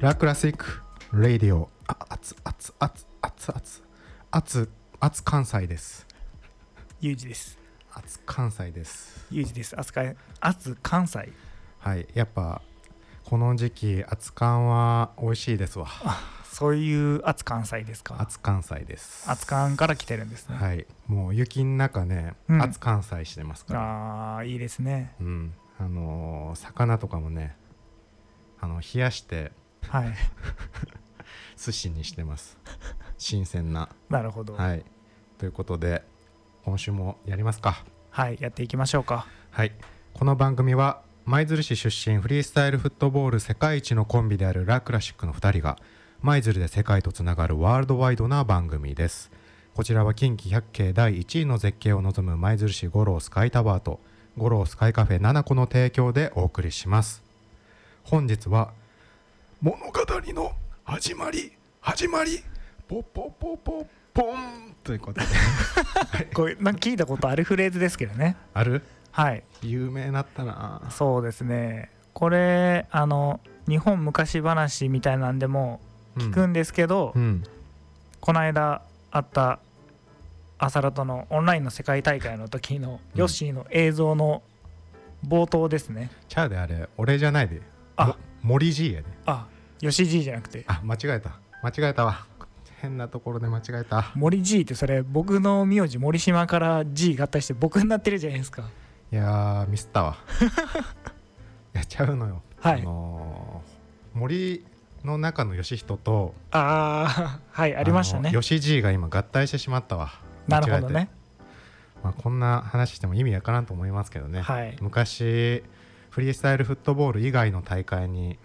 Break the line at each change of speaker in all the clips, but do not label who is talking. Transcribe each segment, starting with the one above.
ラクラシックラディオ熱関西です。
ゆうじです。
熱関西です。
ゆうじです。熱関西。
はい、やっぱこの時期熱関は美味しいですわ。
そういう熱関西ですか。
熱関西です。
熱関から来てるんですね。
はい、もう雪の中ね、熱関西してますから。
ああ、いいですね。
うん、魚とかもね、冷やして
はい
寿司にしてます。新鮮な。
なるほど。
はい、ということで今週もやりますか。
はい、やっていきましょうか。
はい、この番組は舞鶴市出身フリースタイルフットボール世界一のコンビであるラ・クラシックの2人が舞鶴で世界とつながるワールドワイドな番組です。こちらは近畿百景第1位の絶景を望む舞鶴市五郎スカイタワーと五郎スカイカフェ7個の提供でお送りします。本日は物語の始まりポポポポポンということで
これなんか聞いたことあるフレーズですけどね。
ある？
はい、
有名だったな。
そうですね。これ日本昔話みたいなんでも聞くんですけど、この間あったアサラトのオンラインの世界大会の時のヨッシーの映像の冒頭ですね。
ちゃうで、あれ俺じゃないで、森 G やで。
ヨシ G じゃなくて、
間違えたわ。変なところで間違えた。
森 G ってそれ僕の名字森島から G 合体して僕になってるじゃないですか。
いやーミスったわやっちゃうのよ。
はい、
森の中の義人と
はいありましたね。
吉 G が今合体してしまったわ。
なるほどね。
こんな話しても意味わからんと思いますけどね、
はい、
昔フリースタイルフットボール以外の大会に、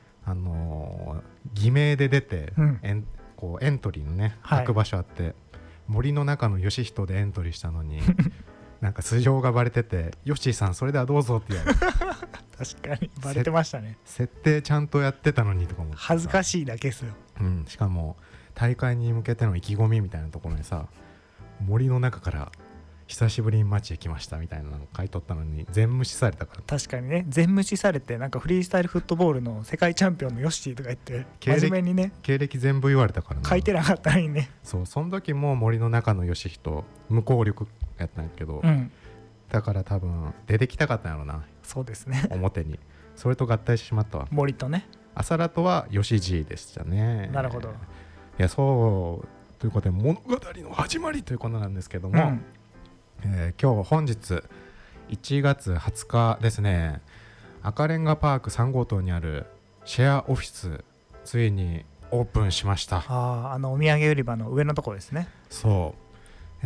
偽名で出て、こうエントリーのね書く場所あって、森の中の義人でエントリーしたのになんか素性がバレててヨッシーさんそれではどうぞって言われて
確かにバレてましたね。
設定ちゃんとやってたのにとか思って、
恥ずかしいだけですよ。
しかも大会に向けての意気込みみたいなところにさ、森の中から久しぶりに街へ来ましたみたいなの書いとったのに全無視されたから。
確かにね、全無視されて、なんかフリースタイルフットボールの世界チャンピオンのヨッシーとか言って真面目にね
経歴全部言われたからな。
書いてなかったのにね。
その時も森の中の義人無効力やったんやけど、だから多分出てきたかったんやろな。
そうですね
表にそれと合体してしまったわ。
森とね、
アサラとは吉 G でしたね。
なるほど。
いや、そうということで物語の始まりということなんですけども、今日本日1月20日ですね、赤レンガパーク3号棟にあるシェアオフィスついにオープンしました。
お土産売り場の上のところですね。
そう、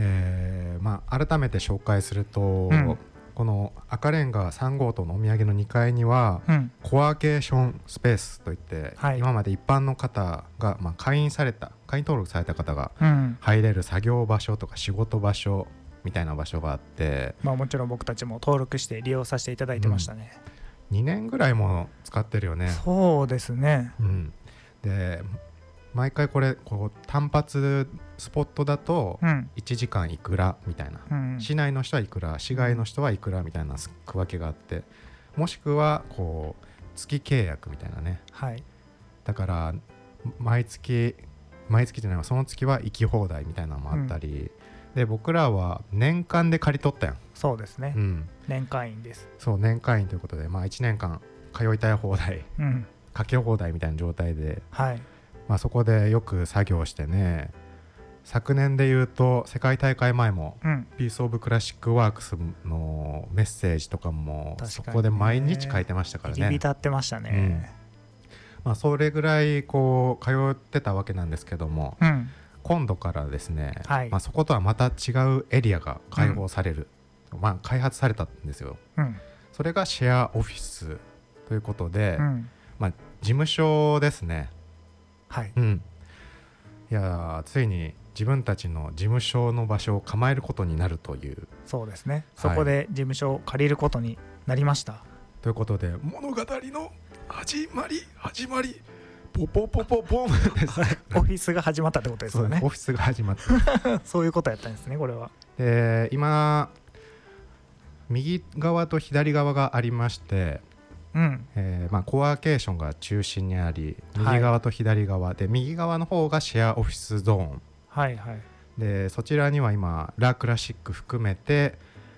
改めて紹介すると、この赤レンガ3号棟のお土産の2階には、コワーケーションスペースといって、今まで一般の方が、会員登録された方が入れる作業場所とか仕事場所みたいな場所があって、
もちろん僕たちも登録して利用させていただいてましたね。
2年ぐらいも使ってるよね。
そうですね、
で毎回こう単発スポットだと1時間いくらみたいな、市内の人はいくら、市外の人はいくらみたいな区分けがあって、もしくはこう月契約みたいなね、だから毎月じゃないわ、その月は行き放題みたいなのもあったり、で僕らは年間で借り取ったやん。
そうですね、年会員です。
そう、年会員ということで、1年間通いたい放題、かけ放題みたいな状態で、そこでよく作業してね、昨年でいうと世界大会前も、ピースオブクラシックワークスのメッセージとかもそこで毎日書いてましたからね。
入り浸ってましたね。
それぐらいこう通ってたわけなんですけども、今度からですね、そことはまた違うエリアが開放される、開発されたんですよ。それがシェアオフィスということで、事務所ですね。いや、ついに自分たちの事務所の場所を構えることになるという。
そうですね、そこで事務所を借りることになりました。
ということで物語の始まりポポポポポンです
オフィスが始まったってことですよね。
オフィスが始まった
そういうことやったんですね、これは。
で今右側と左側がありまして、 コワーケーションが中心にあり、右側と左側で、右側の方がシェアオフィスゾーン、
はいはい、
でそちらには今ラ・クラシック含めて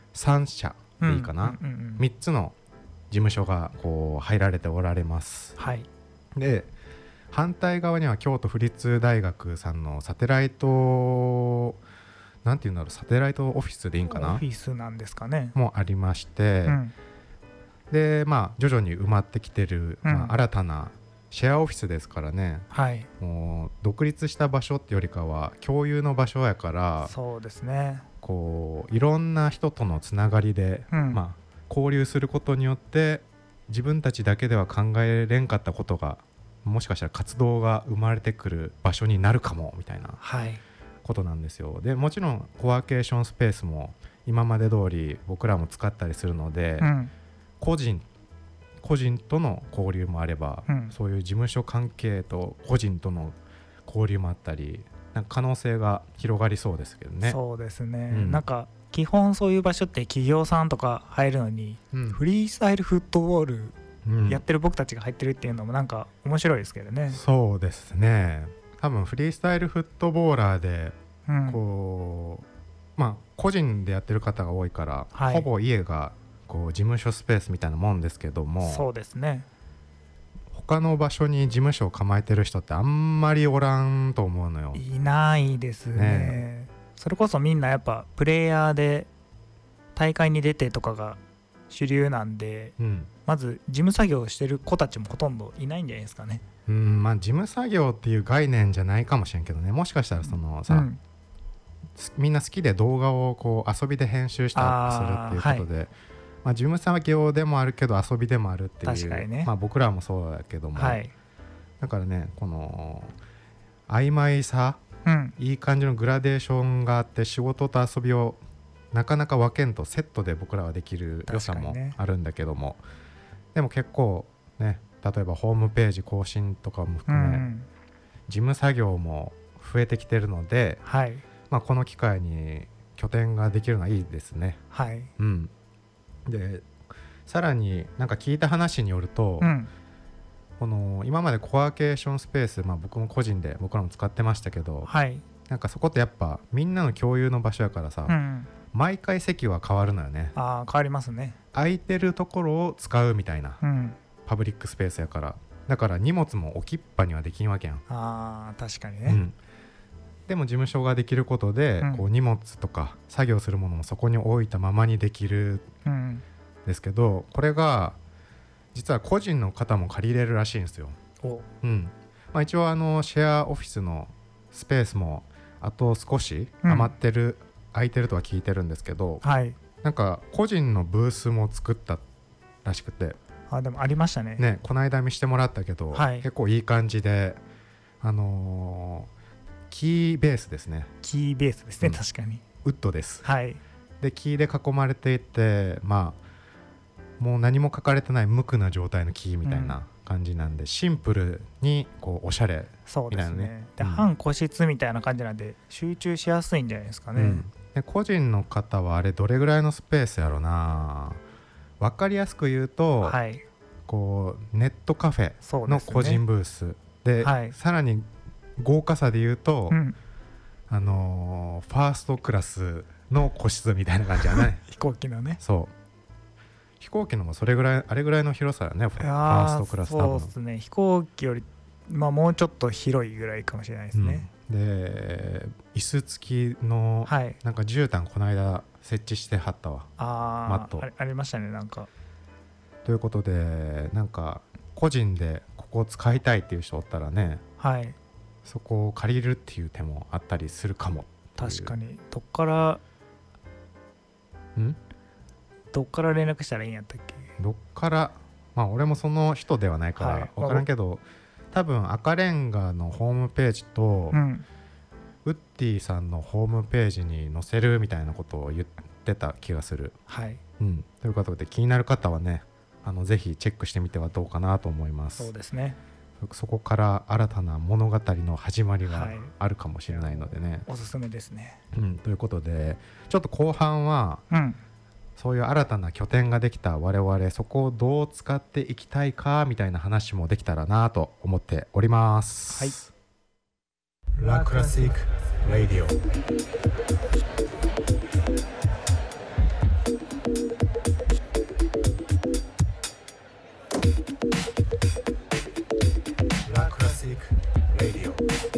3社でいいかな、3つの事務所がこう入られておられます、
はい、
で反対側には京都府立大学さんのサテライト、なんていうんだろう、サテライトオフィスでいいんかな、
オフィスなんですかね、
もありまして、で徐々に埋まってきてる、新たなシェアオフィスですからね、
はい、
もう独立した場所ってよりかは共有の場所やから、
そうですね、
こういろんな人とのつながりで、交流することによって自分たちだけでは考えれんかったことが、もしかしたら活動が生まれてくる場所になるかもみたいなことなんですよ。でもちろんコワーケーションスペースも今まで通り僕らも使ったりするので、個人との交流もあれば、そういう事務所関係と個人との交流もあったり、なんか可能性が広がりそうですけどね。
そうですね、なんか基本そういう場所って企業さんとか入るのに、フリースタイルフットボールやってる僕たちが入ってるっていうのもなんか面白いですけどね。
そうですね、多分フリースタイルフットボーラーでこう、個人でやってる方が多いから、ほぼ家がこう事務所スペースみたいなもんですけども、
そうですね、
他の場所に事務所を構えてる人ってあんまりおらんと思うのよ。
いないですね。それこそみんなやっぱプレイヤーで大会に出てとかが主流なんで、まず事務作業をしてる子たちもほとんどいないんじゃないですかね。
事務作業っていう概念じゃないかもしれんけどね、もしかしたらそのさ、みんな好きで動画をこう遊びで編集してアップするっていうことで、事務作業でもあるけど遊びでもあるっていう、
確かにね、
僕らもそうだけども、だからね、この曖昧さ、いい感じのグラデーションがあって、仕事と遊びをなかなか分けんとセットで僕らはできる良さもあるんだけども、でも結構ね、例えばホームページ更新とかも含め、事務作業も増えてきてるので、この機会に拠点ができるのはいいですね。でさらになんか聞いた話によると、この今までコワーケーションスペース、僕も個人で僕らも使ってましたけど、なんかそこってやっぱみんなの共有の場所やからさ、毎回席は変わるのよね。
変わりますね。
空いてるところを使うみたいな、パブリックスペースやから、だから荷物も置きっぱにはできんわけやん。
確かにね、
でも事務所ができることで、こう荷物とか作業するものもそこに置いたままにできるんですけど、これが実は個人の方も借りれるらしいんですよ。一応シェアオフィスのスペースもあと少し余ってる、空いてるとは聞いてるんですけど、なんか個人のブースも作ったらしくて、
でもありましたね。
この間見してもらったけど、結構いい感じで、キーベースですね。
キーベースですね、確かに。
ウッドです。でキーで囲まれていて、もう何も書かれてない無垢な状態のキーみたいな感じなんで、シンプルにこうおしゃれみたいなね。
で、半個室みたいな感じなんで集中しやすいんじゃないですかね。
で個人の方はあれどれぐらいのスペースやろな。分かりやすく言うと、こうネットカフェの個人ブースで、さらに豪華さで言うと、ファーストクラスの個室みたいな感じだね。
飛行機のね。
飛行機のもそれぐらい、あれぐらいの広さだね、ファーストクラス。
そうですね、飛行機よりもうちょっと広いぐらいかもしれないですね。
で椅子付きのなんか絨毯この間設置してはったわ。マット
ありましたね、なんか。
ということで、なんか個人でここを使いたいっていう人おったらね、そこを借りるっていう手もあったりするかも。
確かに。どっから連絡したらいいんやったっけ。
どっから、俺もその人ではないから分からんけど、多分赤レンガのホームページと、ウッディさんのホームページに載せるみたいなことを言ってた気がする。ということで気になる方はね、ぜひチェックしてみてはどうかなと思います。
そうですね。
そこから新たな物語の始まりがあるかもしれないのでね、
おすすめですね。
ということでちょっと後半は、 そういう新たな拠点ができた我々、そこをどう使っていきたいかみたいな話もできたらなと思っております。
はい。
ラクラシック・ラディオ。ラクラシック・ラディオ。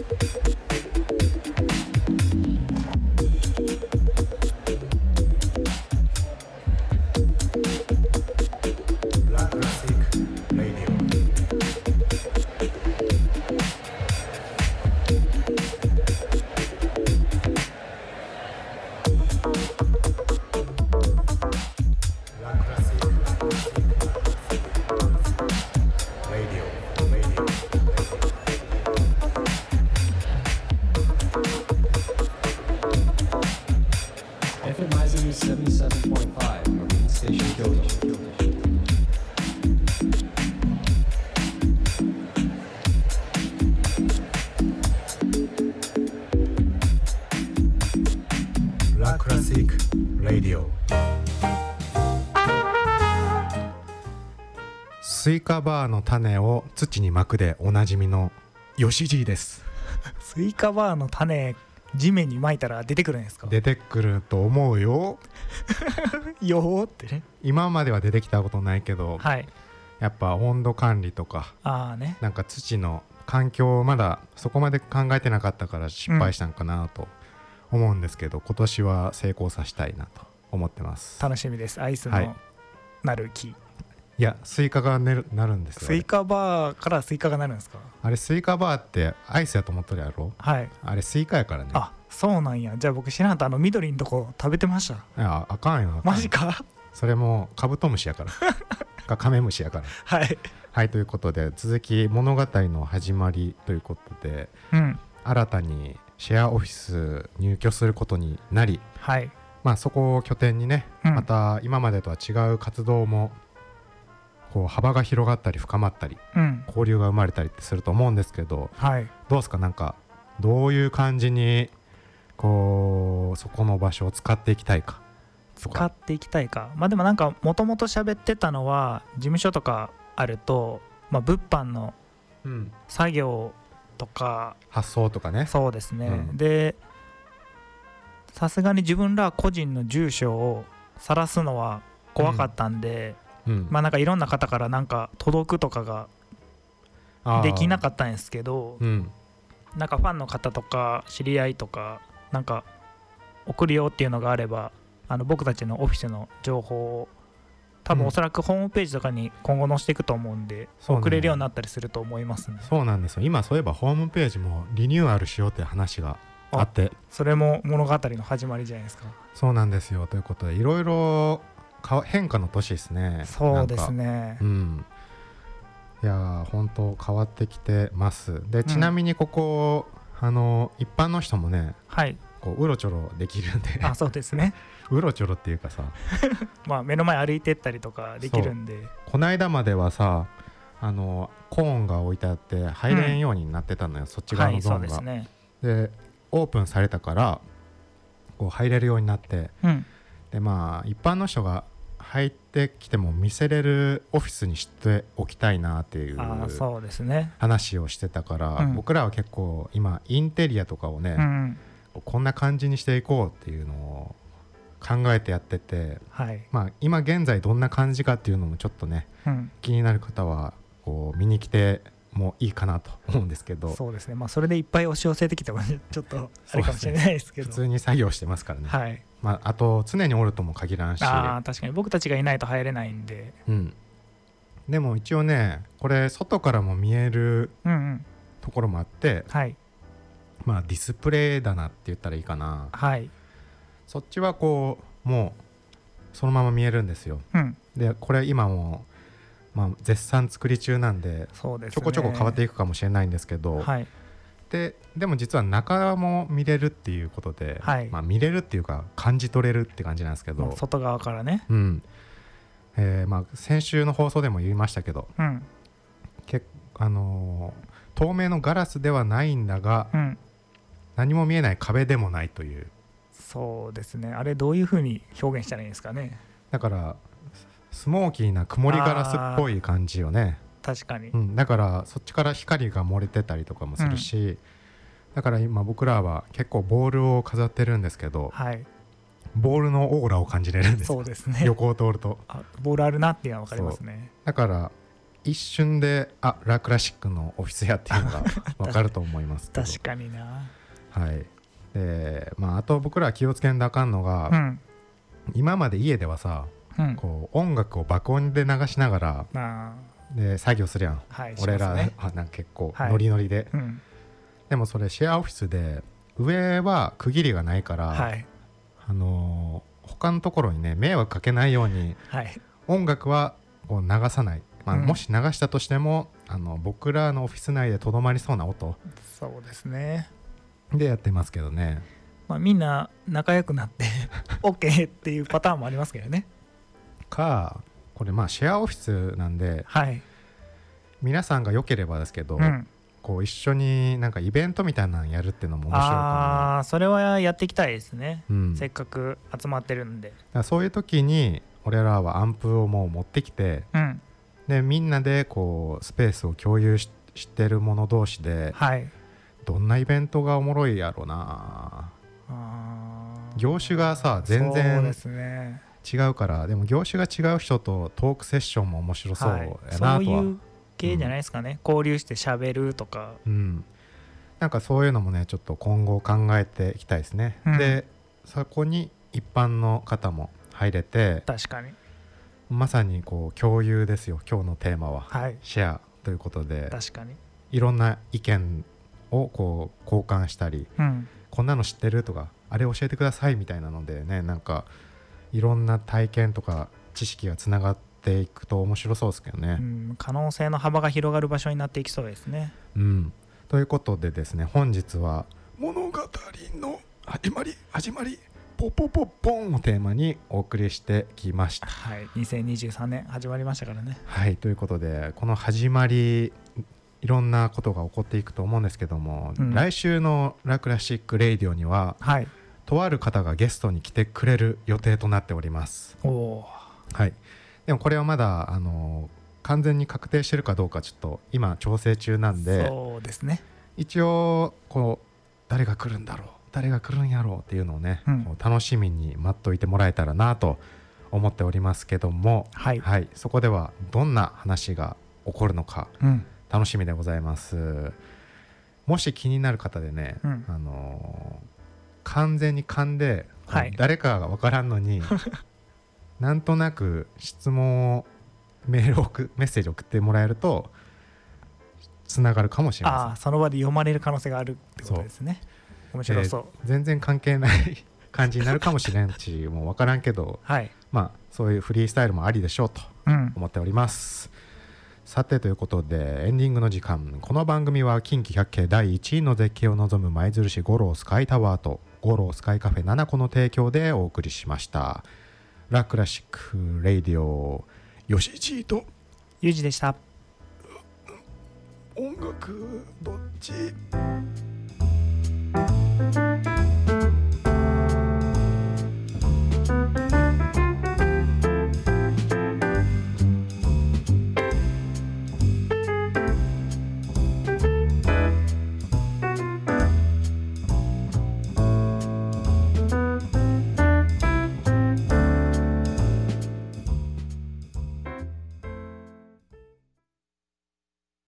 スイカバーの種を土にまくでおなじみのヨシジーです。
スイカバーの種地面にまいたら出てくるんですか？
出てくると思うよ
よーってね。
今までは出てきたことないけど、
はい、
やっぱ温度管理とか
ね、
なんか土の環境をまだそこまで考えてなかったから失敗したんかなと思うんですけど、今年は成功させたいなと思ってます。
楽しみです。アイスのなる木、
いやスイカがなるんですよ。
スイカバーからスイカがなるんですか？あ
れスイカバーってアイスやと思っとるやろ。
はい、
あれスイカやからね。
あ、そうなんや。じゃあ僕知らんと緑のとこ食べてました。
いやあかんよ。
マジか。
それもカブトムシやからカメムシやから
はい
はい。ということで続き物語の始まりということで、新たにシェアオフィス入居することになり、
はい、
そこを拠点にね、また今までとは違う活動もこう幅が広がったり深まったり、交流が生まれたりってすると思うんですけど、
はい、
どうですか？なんかどういう感じにこうそこの場所を使っていきたいかとか。
使っていきたいか、でもなんかもともと喋ってたのは事務所とかあると、物販の作業とか、
発送とかね。
そうですね、でさすがに自分ら個人の住所を晒すのは怖かったんで、なんかいろんな方からなんか届くとかができなかったんですけど、なんかファンの方とか知り合いとかなんか送るよっていうのがあれば、僕たちのオフィスの情報を多分おそらくホームページとかに今後載せていくと思うんで、送れるようになったりすると思いますね。
そうなんですよ。今そういえばホームページもリニューアルしようって話があって、
それも物語の始まりじゃないですか。
そうなんですよ。ということでいろいろ変化の年ですね。
そうですね。
いや本当変わってきてます。でちなみにここ、一般の人もね、こううろちょろできるんで
そうですね
うろちょろっていうかさ
目の前歩いてったりとかできるんで、
この間まではさコーンが置いてあって入れんようになってたのよ、そっち側のゾーンが。
そうですね。
でオープンされたからこう入れるようになって、で一般の人が入ってきても見せれるオフィスにしておきたいなっていう話をしてたから、僕らは結構今インテリアとかをね、こんな感じにしていこうっていうのを考えてやってて、今現在どんな感じかっていうのもちょっとね、気になる方はこう見に来てもいいかなと思うんですけど。
そうですね。それでいっぱい押し寄せてきてもちょっとあれかもしれないですけど、
普通に作業してますからね。あと常におるとも限らんし、
確かに僕たちがいないと入れないんで、
でも一応ねこれ外からも見えるところもあって、ディスプレイ棚って言ったらいいかな、そっちはこうもうそのまま見えるんですよ。でこれ今も絶賛作り中なんで、ちょこちょこ変わっていくかもしれないんですけど、でも実は中も見れるっていうことで、見れるっていうか感じ取れるって感じなんですけど、
外側からね、
先週の放送でも言いましたけど、透明のガラスではないんだが、何も見えない壁でもないという。
そうですね。あれどういう風に表現したらいいんですかね。
だからスモーキーな曇りガラスっぽい感じよね。
確かに、
だからそっちから光が漏れてたりとかもするし、だから今僕らは結構ボールを飾ってるんですけど、
はい、
ボールのオーラを感じれるんですよ。
そうですね、
横を通ると
ボールあるなっていうのは分かりますね。
だから一瞬でラクラシックのオフィスやっていうのが分かると思いますけど
確かにな。
はい。あと僕ら気をつけんだあかんのが、今まで家ではさ、こう音楽を爆音で流しながらで作業するやん、俺らなんか結構ノリノリで、でもそれシェアオフィスで上は区切りがないから、他のところにね迷惑かけないように、音楽はこう流さない、もし流したとしても僕らのオフィス内でとどまりそうな音、
そうですね、
でやってますけどね。
みんな仲良くなって OK っていうパターンもありますけどね。
これシェアオフィスなんで、皆さんが良ければですけど、こう一緒になんかイベントみたいなのやるっていうのも面白いかな。
それはやっていきたいですね、せっかく集まってるんで。
だからそういう時に俺らはアンプをもう持ってきて、でみんなでこうスペースを共有してる者同士で、どんなイベントがおもろいやろうな。業種がさ全然違うから、でも業種が違う人とトークセッションも面白そうやなとは、
そういう系じゃないですかね、交流して喋るとか、
なんかそういうのもねちょっと今後考えていきたいですね、でそこに一般の方も入れて、
確かに
まさにこう共有ですよ。今日のテーマは、シェアということで、
確かに
いろんな意見をこう交換したり、こんなの知ってるとかあれ教えてくださいみたいなのでね、なんかいろんな体験とか知識がつながっていくと面白そうですけどね、
可能性の幅が広がる場所になっていきそうですね。
ということでですね、本日は物語の始まりポポポポンをテーマにお送りしてきました。
2023年始まりましたからね。
ということでこの始まりいろんなことが起こっていくと思うんですけども、来週のラクラシックレイディオには、とある方がゲストに来てくれる予定となっております。でもこれはまだ完全に確定してるかどうかちょっと今調整中なんで、
そうですね、
一応こう誰が来るんだろう誰が来るんやろうっていうのをね、楽しみに待っといてもらえたらなと思っておりますけども、そこではどんな話が起こるのか、楽しみでございます。もし気になる方でね、完全に勘で、誰かが分からんのになんとなく質問をメッセージ送ってもらえるとつながるかもしれません。
その場で読まれる可能性があるってことですね。面白そう。
全然関係ない感じになるかもしれんしもう分からんけど、そういうフリースタイルもありでしょうと思っております。さてということでエンディングの時間。この番組は近畿百景第1位の絶景を望む舞鶴市五郎スカイタワーと五郎スカイカフェ7個の提供でお送りしました。ラクラシックレイディオ、ヨシジーと
ユージでした。
音楽どっち？